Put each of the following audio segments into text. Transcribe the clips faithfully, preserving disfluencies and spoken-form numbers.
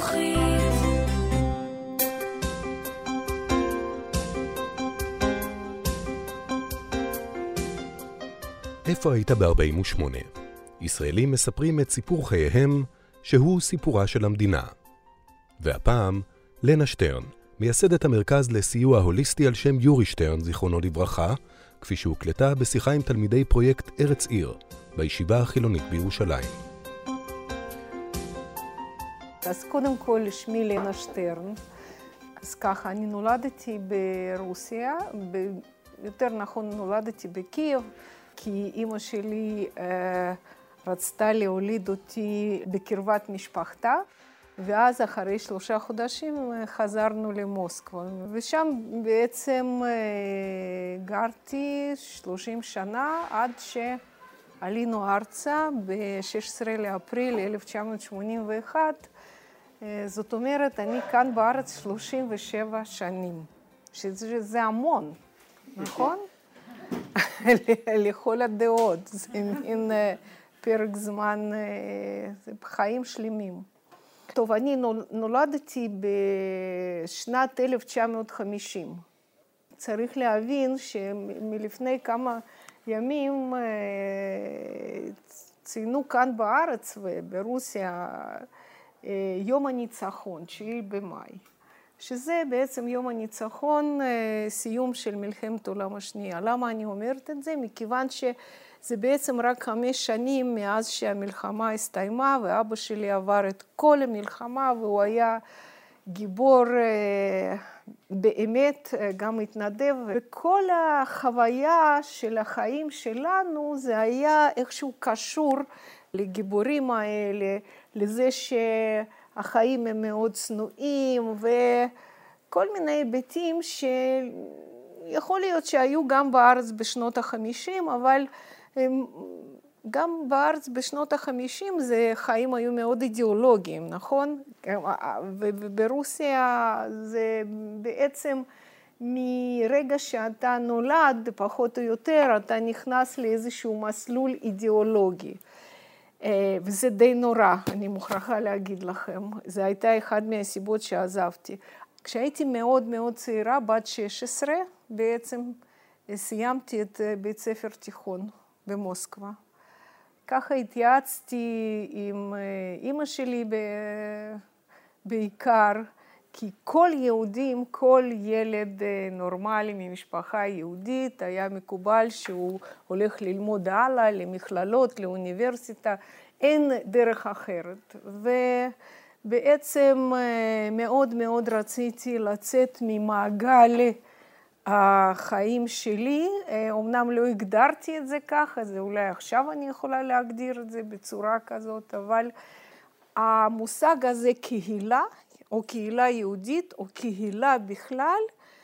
זכוכית. איפה היית ב-ארבעים ושמונה? ישראלים מספרים את סיפור חייהם, שהוא סיפורה של המדינה. והפעם, לנה שטרן, מייסדת המרכז לסיוע הוליסטי על שם יורי שטרן, זיכרונו לברכה, כפי שהוקלטה בשיחה עם תלמידי פרויקט ארץ עיר, בישיבה החילונית בירושלים. אז קודם כל, שמי לנה שטרן. אז ככה, אני נולדתי ברוסיה, ב... יותר נכון נולדתי בקייב, כי אמא שלי אה, רצתה להוליד אותי בקרבת משפחתה, ואז אחרי שלושה חודשים חזרנו למוסקבה. ושם בעצם אה, גרתי שלושים שנה עד שעלינו ארצה ב-שישה עשר לאפריל אלף תשע מאות שמונים ואחת. אה, זאת אומרת, אני כאן בארץ שלושים ושבע שנים, שזה המון, נכון? לכל הדעות, זה מין פרק זמן, זה חיים שלמים. טוב, אני נולדתי בשנת אלף תשע מאות חמישים. צריך להבין שמלפני כמה ימים ציינו כאן בארץ וברוסיה יום הניצחון, תשיעי במאי. שזה בעצם יום הניצחון, סיום של מלחמת העולם השנייה. למה אני אומרת את זה? מכיוון שזה בעצם רק חמש שנים מאז שהמלחמה הסתיימה, ואבא שלי עבר את כל המלחמה, והוא היה גיבור באמת, גם התנדב. וכל החוויה של החיים שלנו, זה היה איכשהו קשור לגיבורים האלה, לזה ש... החיים הם מאוד צנועים, וכל מיני היבטים שיכול להיות שהיו גם בארץ בשנות החמישים, אבל גם בארץ בשנות החמישים זה חיים היו מאוד אידיאולוגיים, נכון? וברוסיה זה בעצם מרגע שאתה נולד, פחות או יותר, אתה נכנס לאיזשהו מסלול אידיאולוגי. וזה די נורא, אני מוכרחה להגיד לכם. זה הייתה אחד מהסיבות שעזבתי. כשהייתי מאוד מאוד צעירה, בת שש עשרה, בעצם סיימתי את בית ספר תיכון במוסקבה. ככה התייעצתי עם אמא שלי בעיקר, כי כל יהודים, כל ילד נורמלי ממשפחה יהודית, היה מקובל שהוא הולך ללמוד הלאה, למכללות, לאוניברסיטה, אין דרך אחרת. ובעצם מאוד מאוד רציתי לצאת ממעגל החיים שלי, אמנם לא הגדרתי את זה ככה, זה אולי עכשיו אני יכולה להגדיר את זה בצורה כזאת, אבל המושג הזה קהילה, או קהילה יהודית, או קהילה בכלל,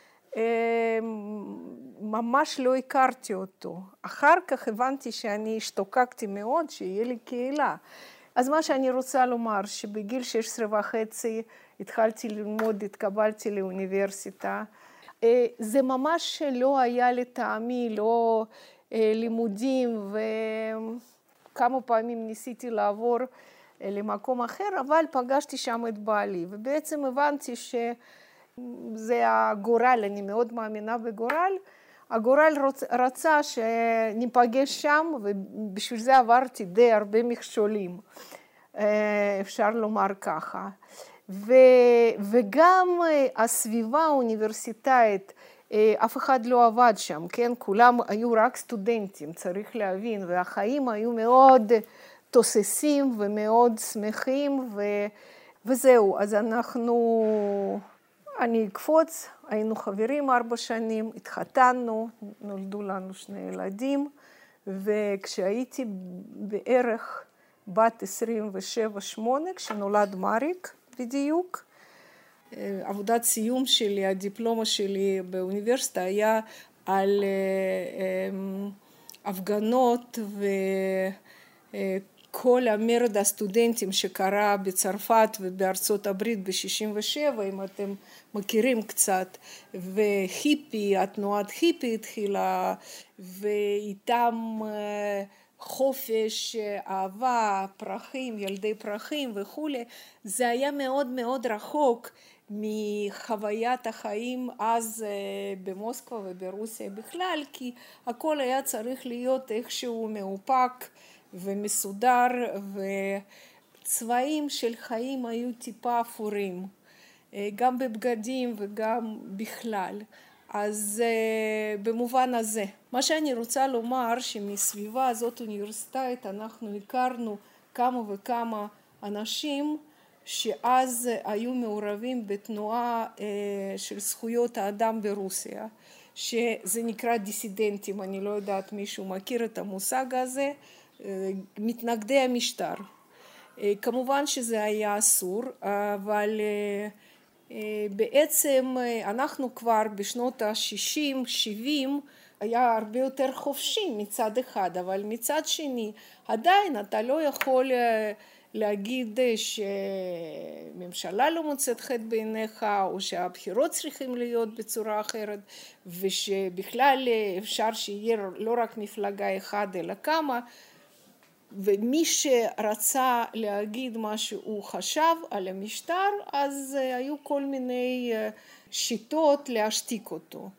ממש לא הכרתי אותו. אחר כך הבנתי שאני השתוקקתי מאוד שיהיה לי קהילה. אז מה שאני רוצה לומר, שבגיל שש עשרה וחצי התחלתי ללמוד, התקבלתי לאוניברסיטה. זה ממש לא היה לטעמי, לא לימודים, וכמה פעמים ניסיתי לעבור למקום אחר, אבל פגשתי שם את בעלי, ובעצם הבנתי שזה הגורל, אני מאוד מאמינה בגורל, הגורל רצה שניפגש שם, ובשביל זה עברתי די הרבה מכשולים, אפשר לומר ככה. ו, וגם הסביבה האוניברסיטאית, אף אחד לא עבד שם, כן? כולם היו רק סטודנטים, צריך להבין, והחיים היו מאוד תוססים ומאוד שמחים, ו... וזהו. אז אנחנו, אני אקפוץ, היינו חברים ארבע שנים, התחתנו, נולדו לנו שני ילדים, וכשהייתי בערך בת עשרים ושבע שמונה, כשנולד מריק בדיוק, עבודת סיום שלי, הדיפלומה שלי באוניברסיטה היה על הפגנות וכל המרד הסטודנטים שקרה בצרפת ובארצות הברית ב-שישים ושבע, אם אתם מכירים קצת, והיפי, התנועת היפי התחילה, ואיתם חופש, אהבה, פרחים, ילדי פרחים וכולי, זה היה מאוד מאוד רחוק מחוויית החיים אז במוסקבה וברוסיה בכלל, כי הכל היה צריך להיות איכשהו מאופק ומסודר, וצבעים של חיים היו טיפה אפורים, גם בבגדים וגם בכלל. אז במובן הזה, מה שאני רוצה לומר שמסביבה הזאת אוניברסיטאית אנחנו הכרנו כמה וכמה אנשים שאז היו מעורבים בתנועה של זכויות האדם ברוסיה, שזה נקרא דיסידנטים, אני לא יודעת מישהו מכיר את המושג הזה, מתנגדי המשטר. כמובן שזה היה אסור, אבל בעצם אנחנו כבר בשנות ה-שישים שבעים היה הרבה יותר חופשי מצד אחד, אבל מצד שני עדיין אתה לא יכול להגיד שממשלה לא מוצאת חן בעיניך, או שהבחירות צריכים להיות בצורה אחרת, ושבכלל אפשר שיהיה לא רק מפלגה אחת אלא כמה, ומי שרצה להגיד מה שהוא חשב על המשטר, אז היו כל מיני שיטות להשתיק אותו.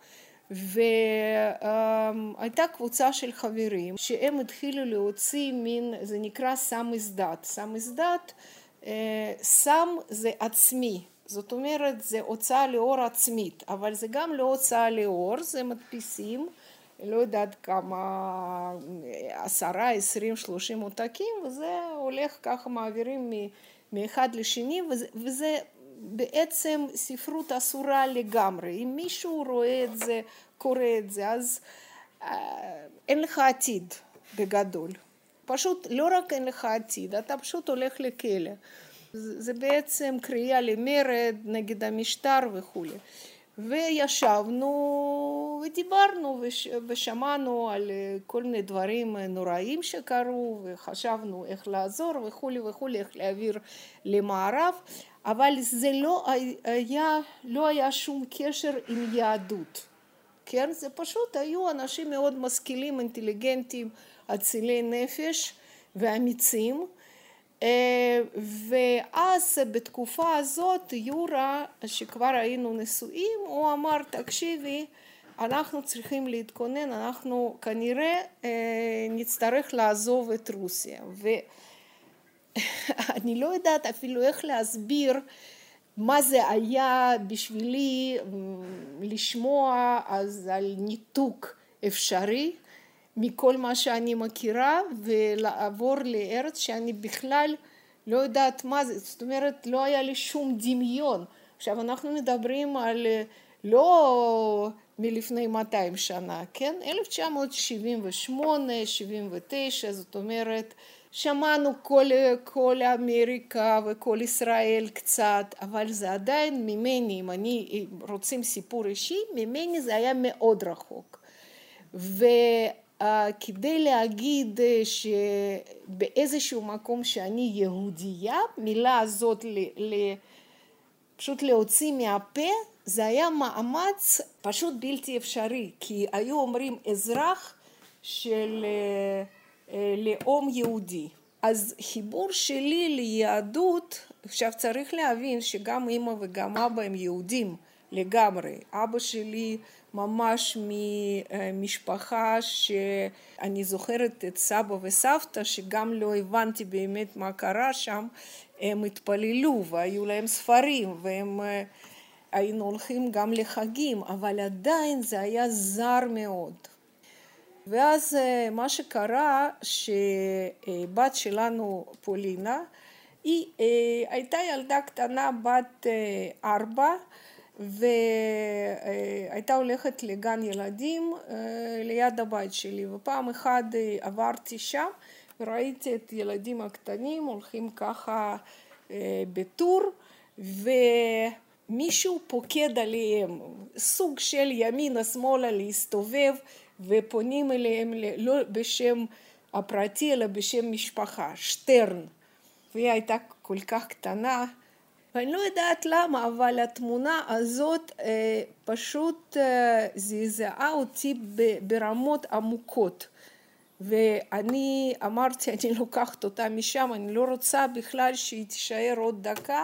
והייתה קבוצה של חברים שהם התחילו להוציא מין, זה נקרא סמizdat. סמizdat, סם זה עצמי, זאת אומרת זה הוצאה לאור עצמית, אבל זה גם לא הוצאה לאור, זה מדפיסים, לא יודעת כמה, עשרה, עשרים, שלושים עותקים, וזה הולך ככה, מעבירים מאחד לשני, וזה, וזה בעצם ספרות אסורה לגמרי. אם מישהו רואה את זה, קורא את זה, אז אין לך עתיד בגדול. פשוט לא רק אין לך עתיד, אתה פשוט הולך לכלא. זה בעצם קריאה למרד נגד המשטר וכו'. וישבנו ודיברנו ושמענו על כל מיני דברים נוראים שקרו, וחשבנו איך לעזור וכו' וכו', איך להעביר למערב, אבל זה לא היה, לא היה שום קשר עם יהדות. כן? זה פשוט היו אנשים מאוד משכילים, אינטליגנטים, אצילי נפש ואמיצים, ואז בתקופה הזאת יורה, שכבר היינו נשואים, הוא אמר, תקשיבי, אנחנו צריכים להתכונן, אנחנו כנראה נצטרך לעזוב את רוסיה. ואני לא יודעת אפילו איך להסביר מה זה היה בשבילי לשמוע אז על ניתוק אפשרי מכל מה שאני מכירה, ולעבור לארץ שאני בכלל לא יודעת מה זה, זאת אומרת לא היה לי שום דמיון. עכשיו אנחנו מדברים על לא מלפני מאתיים שנה, כן? אלף תשע מאות שבעים ושמונה, שבעים ותשע, זאת אומרת שמענו כל, כל אמריקה וכל ישראל קצת, אבל זה עדיין ממני, אם אני רוצים סיפור אישי, ממני זה היה מאוד רחוק. ו כדי להגיד שבאיזשהו מקום שאני יהודייה, מילה הזאת פשוט להוציא מהפה, זה היה מאמץ פשוט בלתי אפשרי, כי היו אומרים אזרח של לאום יהודי. אז חיבור שלי ליהדות, עכשיו צריך להבין שגם אמא וגם אבא הם יהודים לגמרי. אבא שלי ממש ממשפחה שאני זוכרת את סבא וסבתא, שגם לא הבנתי באמת מה קרה שם, הם התפללו והיו להם ספרים, והם היינו הולכים גם לחגים, אבל עדיין זה היה זר מאוד. ואז מה שקרה, שבת שלנו פולינה, היא הייתה ילדה קטנה בת ארבע, והייתה הולכת לגן ילדים ליד הבית שלי, ופעם אחת עברתי שם וראיתי את ילדים הקטנים הולכים ככה בטור, ומישהו פוקד עליהם, סוג של ימינה שמאלה להסתובב, ופונים אליהם לא בשם הפרטי אלא בשם משפחה, שטרן, והיא הייתה כל כך קטנה, ואני לא יודעת למה, אבל התמונה הזאת אה, פשוט אה, זעזעה אותי ברמות עמוקות. ואני אמרתי, אני לוקחת אותה משם, אני לא רוצה בכלל שהיא תישאר עוד דקה,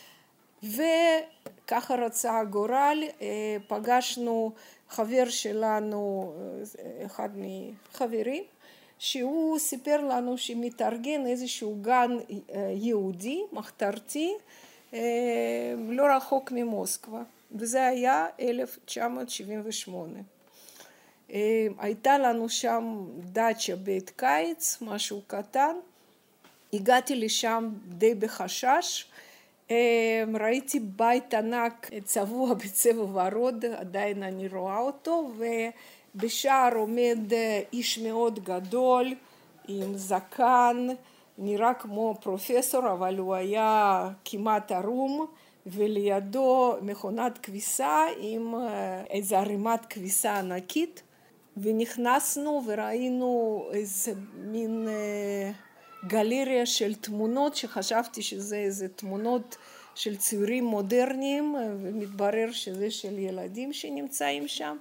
וככה רצה הגורל, פגשנו חבר שלנו, אחד מחברים, שהוא סיפר לנו שמתארגן איזשהו גן יהודי, מחתרתי, לא רחוק ממוסקבה, וזה היה אלף תשע מאות שבעים ושמונה. הייתה לנו שם דאצ'ה בית קיץ, משהו קטן, הגעתי לשם די בחשש, ראיתי בית ענק צבוע בצבע ורוד, עדיין אני רואה אותו, ובשער עומד איש מאוד גדול עם זקן, נראה כמו פרופסור, אבל הוא היה כמעט ערום, ולידו מכונת כביסה עם איזו ערימת כביסה ענקית, ונכנסנו וראינו איזה מין גלריה של תמונות, שחשבתי שזה איזה תמונות של ציורים מודרניים, ומתברר שזה של ילדים שנמצאים שם,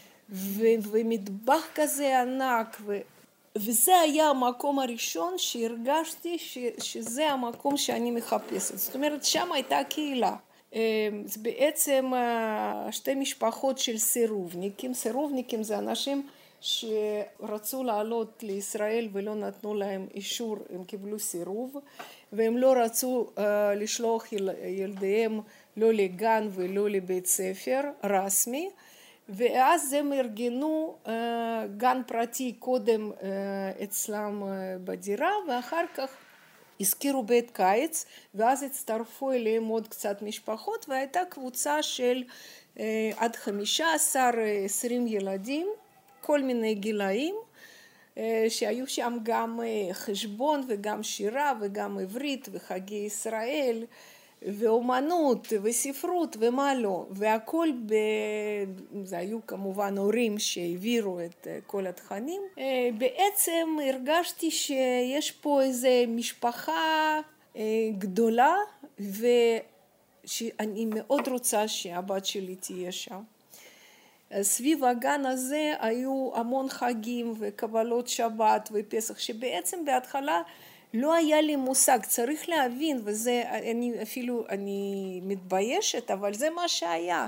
ומטבח כזה ענק, ו... וזה היה המקום הראשון שהרגשתי ש... שזה המקום שאני מחפשת. זאת אומרת, שם הייתה קהילה. זה בעצם שתי משפחות של סירובניקים. סירובניקים זה אנשים שרצו לעלות לישראל ולא נתנו להם אישור, הם קיבלו סירוב, והם לא רצו לשלוח ילדיהם לא לגן ולא לבית ספר רשמי, ואז הם ארגנו גן פרטי קודם אצלם בדירה, ואחר כך הזכירו בית קיץ, ואז הצטרפו אליהם עוד קצת משפחות, והייתה קבוצה של עד חמישה עשר עשרים ילדים, כל מיני גילאים, שהיו שם גם חשבון וגם שירה וגם עברית וחגי ישראל, ואומנות וספרות ומה לא, והכל ב... זה היו כמובן הורים שהעבירו את כל התכנים. בעצם הרגשתי שיש פה איזה משפחה גדולה, ושאני מאוד רוצה שהבת שלי תהיה שם. סביב הגן הזה היו המון חגים וקבלות שבת ופסח, שבעצם בהתחלה לא היה לי מושג, צריך להבין, וזה אני אפילו אני מתביישת, אבל זה מה שהיה,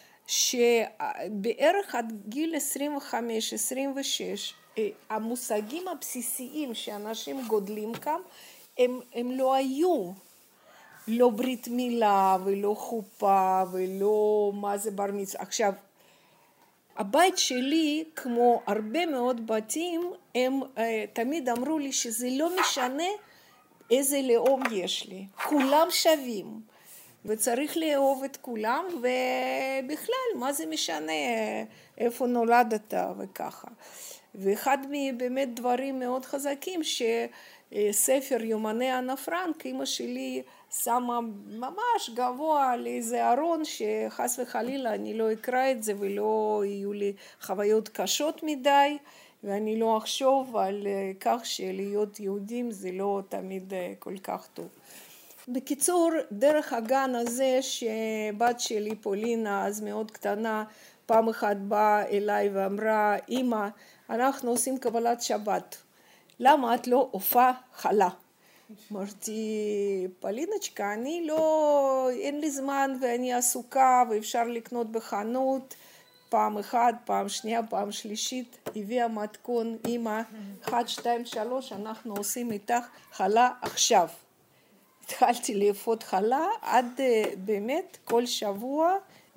שבערך עד גיל עשרים וחמש עשרים ושש המושגים הבסיסיים שאנשים גודלים כאן הם, הם לא היו, לא ברית מילה ולא חופה ולא מה זה בר מצווה. עכשיו הבית שלי, כמו הרבה מאוד בתים, הם תמיד אמרו לי שזה לא משנה איזה לאום יש לי. כולם שווים, וצריך לאהוב את כולם, ובכלל, מה זה משנה איפה נולדת וככה. ואחד מבאמת דברים מאוד חזקים, שספר יומני אנה פרנק, אמא שלי שמה ממש גבוה על איזה ארון, שחס וחלילה אני לא אקרא את זה ולא יהיו לי חוויות קשות מדי, ואני לא אחשוב על כך שלהיות יהודים זה לא תמיד כל כך טוב. בקיצור, דרך הגן הזה שבת שלי פולינה, אז מאוד קטנה, פעם אחת באה אליי ואמרה, אמא, אנחנו עושים קבלת שבת, למה את לא עופה חלה? אמרתי, פולינצ'קה, אני לא, אין לי זמן ואני עסוקה ואפשר לקנות בחנות, פעם אחת, פעם שנייה, פעם שלישית, הביאה מתכון, אמא, אחת, שתיים, שלוש, אנחנו עושים איתך חלה עכשיו. התחלתי לאפות חלה עד באמת כל שבוע,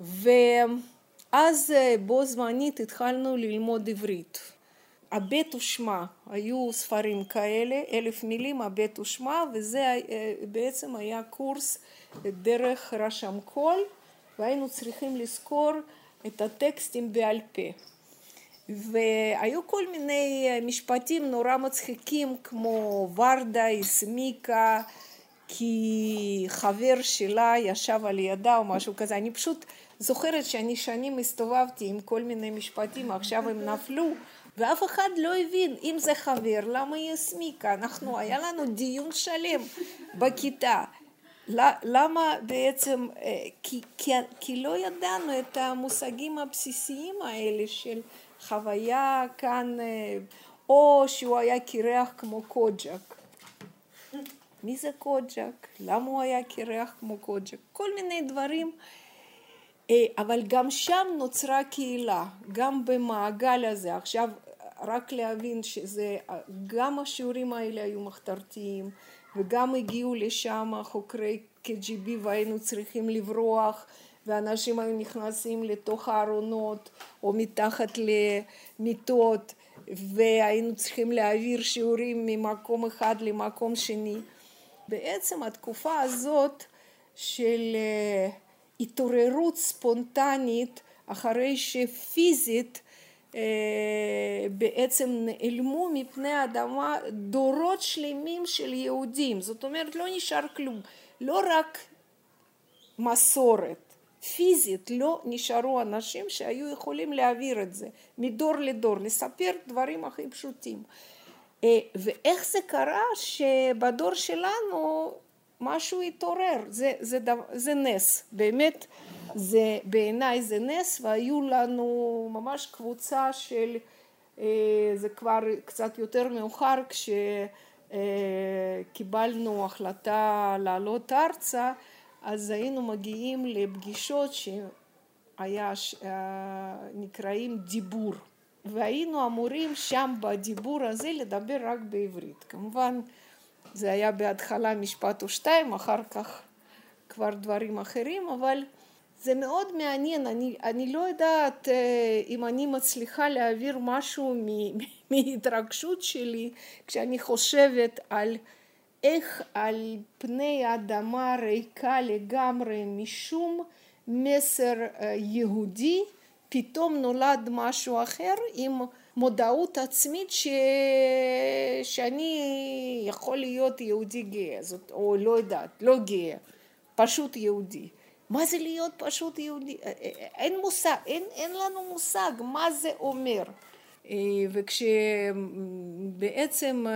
ואז בו זמנית התחלנו ללמוד עברית. הבט ושמע, היו ספרים כאלה, אלף מילים, הבט ושמע, וזה בעצם היה קורס דרך רשם קול, והיינו צריכים לזכור את הטקסטים בעל פה. והיו כל מיני משפטים נורא מצחיקים, כמו ורדה הסמיקה, כי חבר שלה ישב על ידה או משהו כזה. אני פשוט זוכרת שאני שנים הסתובבתי עם כל מיני משפטים, עכשיו הם נפלו, ואף אחד לא הבין אם זה חבר, למה היא הסמיקה. אנחנו, היה לנו דיון שלם בכיתה. למה בעצם, כי, כי, כי לא ידענו את המושגים הבסיסיים האלה של חוויה כאן, או שהוא היה קירח כמו קוג'ק. מי זה קוג'ק? למה הוא היה קירח כמו קוג'ק? כל מיני דברים. אבל גם שם נוצרה קהילה, גם במעגל הזה. עכשיו רק להבין שזה, גם השיעורים האלה היו מחתרתיים, וגם הגיעו לשם חוקרי קי ג'י בי והיינו צריכים לברוח, ואנשים היו נכנסים לתוך הארונות או מתחת למיטות, והיינו צריכים להעביר שיעורים ממקום אחד למקום שני. בעצם התקופה הזאת של התעוררות ספונטנית, אחרי שפיזית בעצם נעלמו מפני האדמה דורות שלמים של יהודים. זאת אומרת, לא נשאר כלום. לא רק מסורת, פיזית לא נשארו אנשים שהיו יכולים להעביר את זה מדור לדור, לספר דברים הכי פשוטים. ואיך זה קרה שבדור שלנו משהו התעורר, זה, זה, זה נס, באמת זה, בעיניי זה נס, והיו לנו ממש קבוצה של, זה כבר קצת יותר מאוחר, כשקיבלנו החלטה לעלות ארצה, אז היינו מגיעים לפגישות שהיה נקראים דיבור, והיינו אמורים שם בדיבור הזה לדבר רק בעברית. כמובן זה היה בהתחלה משפט או שתיים, אחר כך כבר דברים אחרים, אבל זה מאוד מעניין. אני, אני לא יודעת אם אני מצליחה להעביר משהו מהתרגשות שלי, כשאני חושבת על איך על פני האדמה ריקה לגמרי משום מסר יהודי, פתאום נולד משהו אחר עם מודעות עצמית ש... שאני יכול להיות יהודי גאה, זאת, או לא יודעת, לא גאה, פשוט יהודי. מה זה להיות פשוט יהודי? אין מושג, אין, אין לנו מושג מה זה אומר. וכשבעצם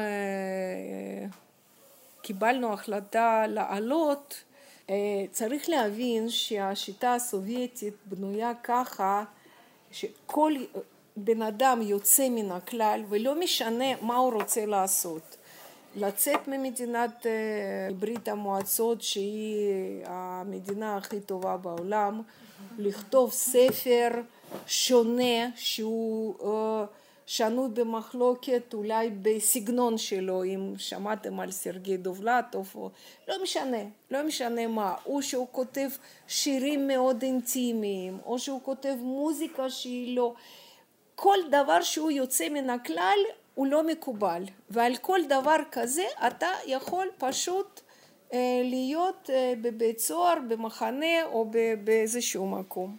קיבלנו החלטה לעלות, צריך להבין שהשיטה הסובייטית בנויה ככה, שכל בן אדם יוצא מן הכלל, ולא משנה מה הוא רוצה לעשות. לצאת ממדינת ברית המועצות, שהיא המדינה הכי טובה בעולם, לכתוב ספר שונה, שהוא שנוי במחלוקת אולי בסגנון שלו, אם שמעתם על סרגי דובלטוב, או לא משנה, לא משנה מה, או שהוא כותב שירים מאוד אינטימיים, או שהוא כותב מוזיקה שהיא לא, כל דבר שהוא יוצא מן הכלל הוא לא מקובל, ועל כל דבר כזה אתה יכול פשוט להיות בבית סוהר, במחנה או באיזשהו מקום.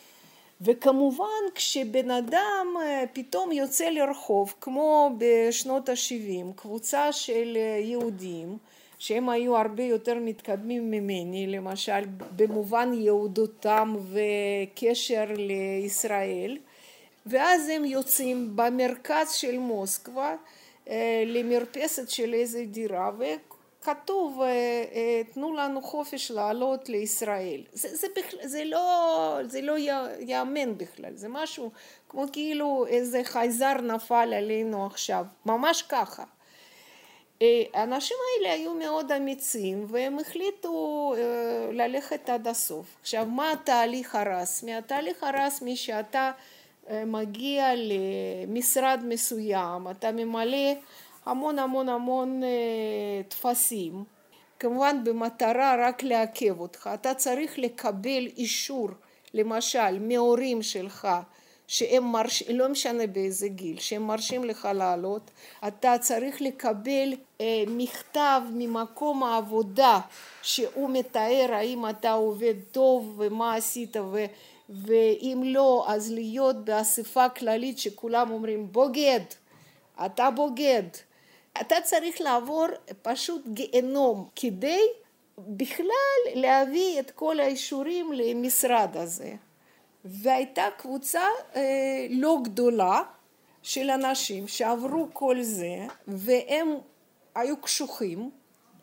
וכמובן כשבן אדם פתאום יוצא לרחוב, כמו בשנות ה-שבעים, קבוצה של יהודים, שהם היו הרבה יותר מתקדמים ממני, למשל במובן יהודותם וקשר לישראל, ואז הם יוצאים במרכז של מוסקבה למרפסת של איזו דירה, וכתוב, תנו לנו חופש לעלות לישראל. זה, זה, בכלל, זה לא, זה לא יאמן בכלל, זה משהו כמו כאילו איזה חייזר נפל עלינו עכשיו, ממש ככה. האנשים האלה היו מאוד אמיצים, והם החליטו ללכת עד הסוף. עכשיו, מה התהליך הרסמי? התהליך הרסמי שאתה מגיע למשרד מסוים, אתה ממלא המון המון המון תפסים, כמובן במטרה רק לעכב אותך. אתה צריך לקבל אישור, למשל, מההורים שלך, שהם מרש... לא משנה באיזה גיל, שהם מרשים לך לעלות. אתה צריך לקבל אה, מכתב ממקום העבודה, שהוא מתאר האם אתה עובד טוב ומה עשית, ו... ואם לא, אז להיות באספה כללית שכולם אומרים בוגד, אתה בוגד. אתה צריך לעבור פשוט גיהנום כדי בכלל להביא את כל האישורים למשרד הזה. והייתה קבוצה אה, לא גדולה של אנשים שעברו כל זה, והם היו קשוחים,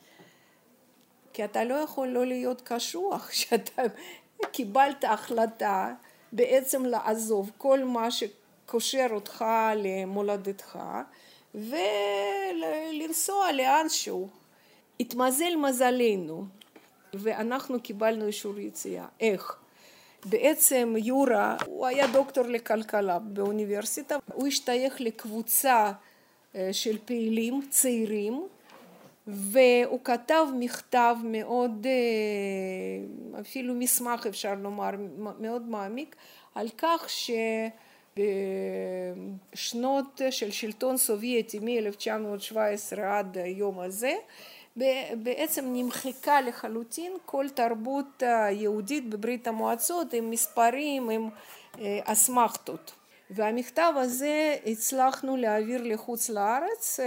כי אתה לא יכול לא להיות קשוח, שאתה קיבלת החלטה בעצם לעזוב כל מה שקושר אותך למולדתך, ולנסוע לאנשהו. התמזל מזלנו, ואנחנו קיבלנו אישור יציאה. איך? בעצם יורה, הוא היה דוקטור לכלכלה באוניברסיטה, הוא השתייך לקבוצה של פעילים צעירים, והוא כתב מכתב מאוד, אפילו מסמך אפשר לומר, מאוד מעמיק, על כך שבשנות של שלטון סובייטי מ-אלף תשע מאות שבע עשרה עד היום הזה, בעצם נמחקה לחלוטין כל תרבות יהודית בברית המועצות עם מספרים, עם אסמכתות. והמכתב הזה הצלחנו להעביר לחוץ לארץ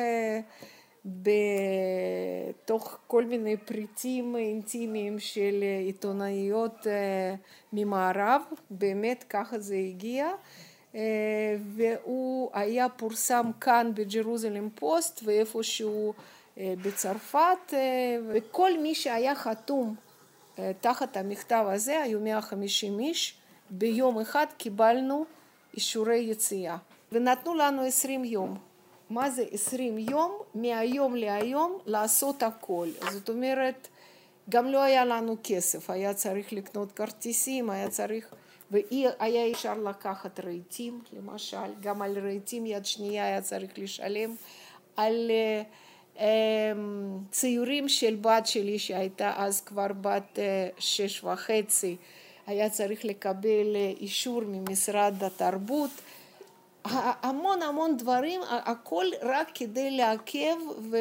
בתוך כל מיני פריטים אינטימיים של עיתונאיות ממערב, באמת ככה זה הגיע, והוא היה פורסם כאן בג'רוזלם פוסט ואיפשהו בצרפת, וכל מי שהיה חתום תחת המכתב הזה, היו מאה וחמישים איש, ביום אחד קיבלנו אישורי יציאה, ונתנו לנו עשרים יום. מה זה עשרים יום? מהיום להיום לעשות הכל. זאת אומרת, גם לא היה לנו כסף, היה צריך לקנות כרטיסים, היה צריך, והיה אפשר לקחת רהיטים, למשל, גם על רהיטים יד שנייה היה צריך לשלם, על ציורים של בת שלי שהייתה אז כבר בת שש וחצי, היה צריך לקבל אישור ממשרד התרבות, המון המון דברים, הכל רק כדי לעכב, ו...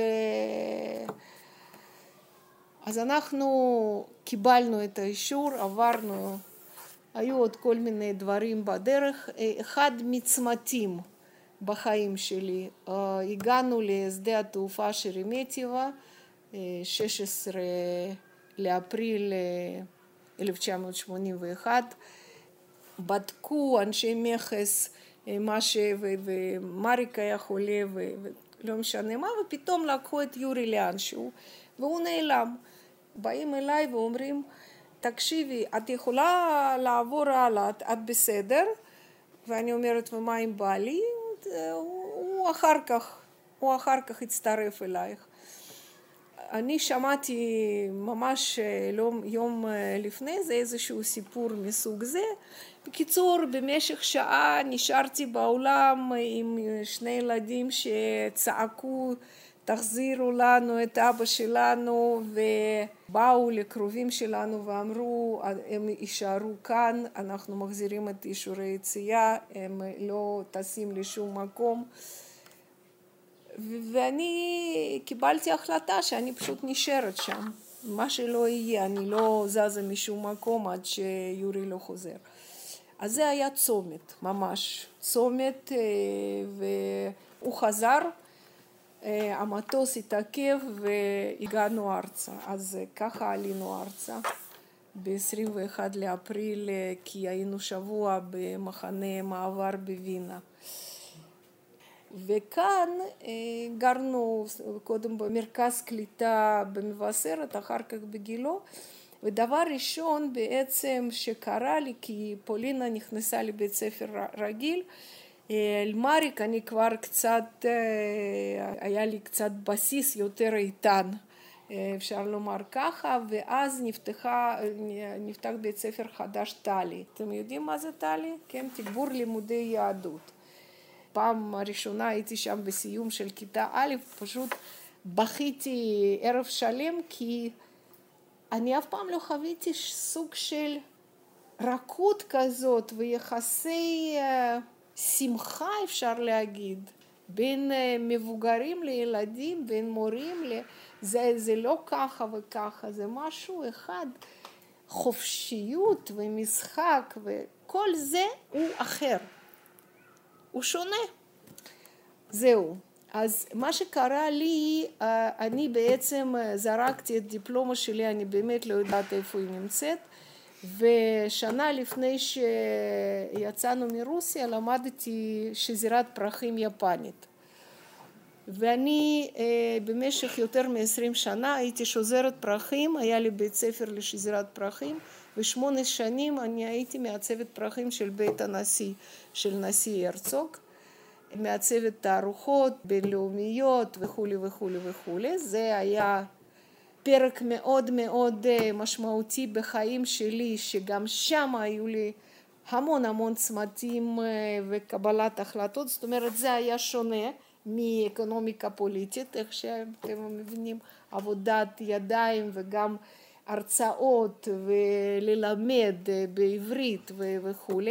אז אנחנו קיבלנו את האישור, עברנו, היו עוד כל מיני דברים בדרך, אחד מצמתים בחיים שלי, הגענו לשדה התעופה שרמטיבה, שישה עשר לאפריל אלף תשע מאות שמונים ואחת, בדקו אנשי מכס מה ש... ומריק היה חולה ולא משנה מה, ופתאום לקחו את יורי לאנשהו, והוא נעלם. באים אליי ואומרים, תקשיבי, את יכולה לעבור הלאה, את בסדר? ואני אומרת, ומה עם בעלי? הוא אחר כך, הוא אחר כך הצטרף אלייך. אני שמעתי ממש יום לפני זה איזשהו סיפור מסוג זה. בקיצור, במשך שעה נשארתי בעולם עם שני ילדים שצעקו, תחזירו לנו את אבא שלנו, ובאו לקרובים שלנו ואמרו, הם יישארו כאן, אנחנו מחזירים את אישורי יציאה, הם לא טסים לשום מקום. ואני קיבלתי החלטה שאני פשוט נשארת שם, מה שלא יהיה, אני לא זזה משום מקום עד שיורי לא חוזר. אז זה היה צומת, ממש צומת, והוא חזר, המטוס התעכב והגענו ארצה, אז ככה עלינו ארצה ב-עשרים ואחד לאפריל, כי היינו שבוע במחנה מעבר בווינה. וכאן גרנו קודם במרכז קליטה במבשרת, אחר כך בגילו, ודבר ראשון בעצם שקרה לי, כי פולינה נכנסה לבית ספר רגיל, אל מריק אני כבר קצת, היה לי קצת בסיס יותר איתן, אפשר לומר ככה, ואז נפתחה, נפתח בית ספר חדש טלי. אתם יודעים מה זה טלי? כן, תגבור לימודי יהדות. פעם הראשונה הייתי שם בסיום של כיתה א', פשוט בכיתי ערב שלם, כי אני אף פעם לא חוויתי סוג של רכות כזאת ויחסי שמחה, אפשר להגיד, בין מבוגרים לילדים, בין מורים, זה, זה לא ככה וככה, זה משהו אחד, חופשיות ומשחק וכל זה הוא אחר. הוא שונה. זהו. אז מה שקרה לי, אני בעצם זרקתי את דיפלומה שלי, אני באמת לא יודעת איפה היא נמצאת, ושנה לפני שיצאנו מרוסיה למדתי שזירת פרחים יפנית. ואני במשך יותר מ-עשרים שנה הייתי שוזרת פרחים, היה לי בית ספר לשזירת פרחים, ושמונה שנים אני הייתי מעצבת פרחים של בית הנשיא, של נשיא הרצוג, מעצבת תערוכות בינלאומיות וכו' וכו' וכו'. זה היה פרק מאוד מאוד משמעותי בחיים שלי, שגם שם היו לי המון המון צמתים וקבלת החלטות. זאת אומרת, זה היה שונה מאקונומיקה פוליטית, איך שאתם מבינים, עבודת ידיים וגם הרצאות וללמד בעברית וכו'.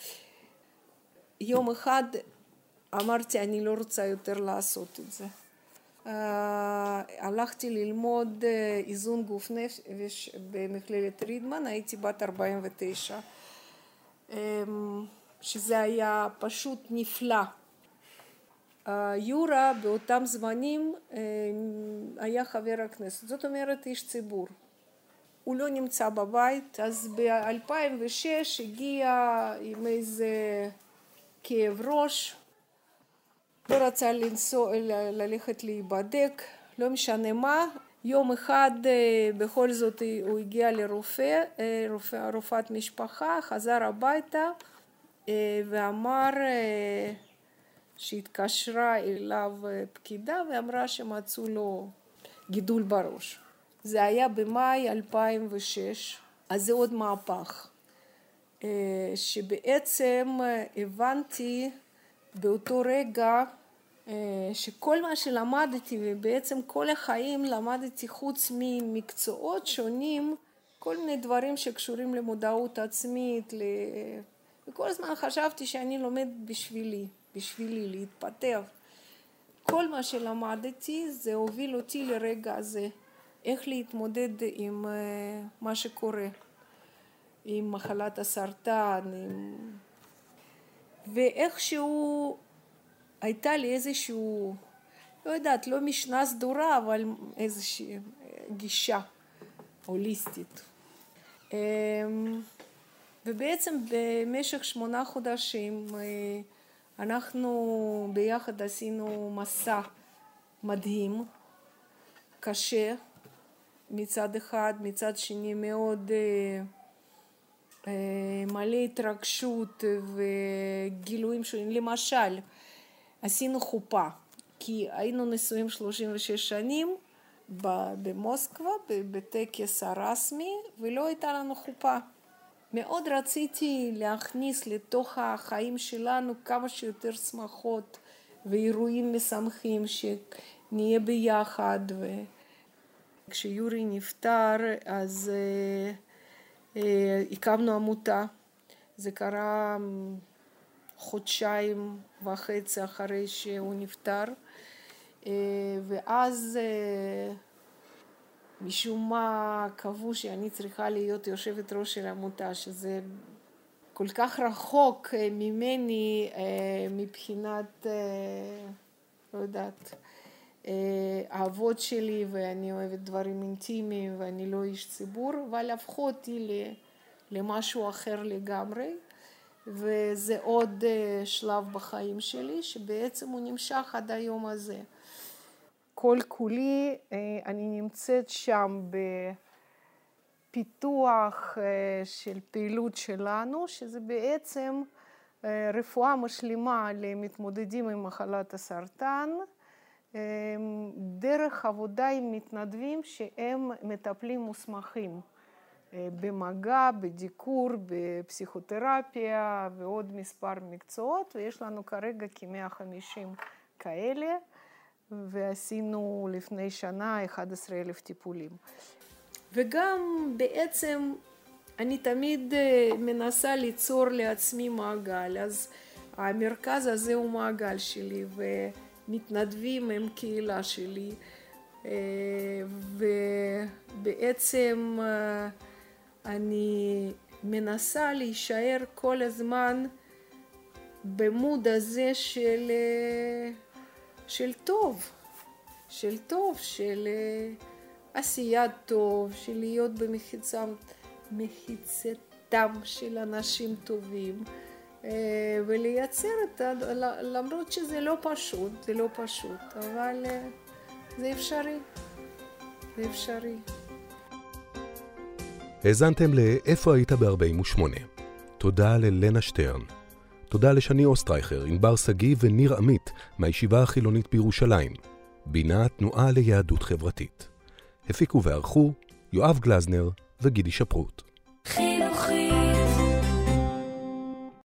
יום אחד אמרתי, אני לא רוצה יותר לעשות את זה. Uh, הלכתי ללמוד uh, איזון גוף נפש במכללת רידמן, הייתי בת ארבעים ותשע, um, שזה היה פשוט נפלא. Uh, יורה באותם זמנים uh, היה חבר הכנסת, זאת אומרת איש ציבור. הוא לא נמצא בבית, אז ב-אלפיים ושש הגיע עם איזה כאב ראש, לא רצה לנסוע, ללכת להיבדק, לא משנה מה. יום אחד בכל זאת הוא הגיע לרופא, רופא, רופאת משפחה, חזר הביתה ואמר שהתקשרה אליו פקידה ואמרה שמצאו לו גידול בראש. זה היה במאי אלפיים ושש, אז זה עוד מהפך. שבעצם הבנתי באותו רגע שכל מה שלמדתי, ובעצם כל החיים למדתי חוץ ממקצועות שונים, כל מיני דברים שקשורים למודעות עצמית, וכל הזמן חשבתי שאני לומד בשבילי, בשבילי להתפתח. כל מה שלמדתי זה הוביל אותי לרגע הזה, איך להתמודד עם מה שקורה, עם מחלת הסרטן, עם... ואיכשהו הייתה לי איזשהו, לא יודעת, לא משנה סדורה, אבל איזושהי גישה הוליסטית. ובעצם במשך שמונה חודשים אנחנו ביחד עשינו מסע מדהים, קשה מצד אחד, מצד שני מאוד מלא התרגשות וגילויים שונים. למשל, עשינו חופה, כי היינו נשואים שלושים ושש שנים במוסקבה, בטקס הרסמי, ולא הייתה לנו חופה. מאוד רציתי להכניס לתוך החיים שלנו כמה שיותר שמחות ואירועים משמחים, שנהיה ביחד. וכשיורי נפטר, אז הקמנו עמותה. זה קרה חודשיים וחצי אחרי שהוא נפטר, ואז משום מה קבעו שאני צריכה להיות יושבת ראש של העמותה, שזה כל כך רחוק ממני מבחינת, לא יודעת, האהבות שלי, ואני אוהבת דברים אינטימיים ואני לא איש ציבור, אבל הפכו אותי למשהו אחר לגמרי. וזה עוד שלב בחיים שלי, שבעצם הוא נמשך עד היום הזה. כל כולי, אני נמצאת שם בפיתוח של פעילות שלנו, שזה בעצם רפואה משלימה למתמודדים עם מחלת הסרטן, דרך עבודה עם מתנדבים שהם מטפלים מוסמכים. במגע, בדיקור, בפסיכותרפיה ועוד מספר מקצועות, ויש לנו כרגע כ-מאה וחמישים כאלה, ועשינו לפני שנה אחד עשר אלף טיפולים. וגם בעצם אני תמיד מנסה ליצור לעצמי מעגל, אז המרכז הזה הוא מעגל שלי, ומתנדבים הם קהילה שלי, ובעצם אני מנסה להישאר כל הזמן במוד הזה של, של טוב, של טוב, של עשיית טוב, של להיות במחיצם, מחיצתם של אנשים טובים, ולייצר את, למרות שזה לא פשוט, זה לא פשוט, אבל זה אפשרי, זה אפשרי. האזנתם לאיפה היית ב-ארבעים ושמונה. תודה ללנה שטרן. תודה לשני אוסטרייכר, ענבר סגי וניר עמית מהישיבה החילונית בירושלים. בינה תנועה ליהדות חברתית. הפיקו וערכו יואב גלזנר וגידי שפרוט. חינוכי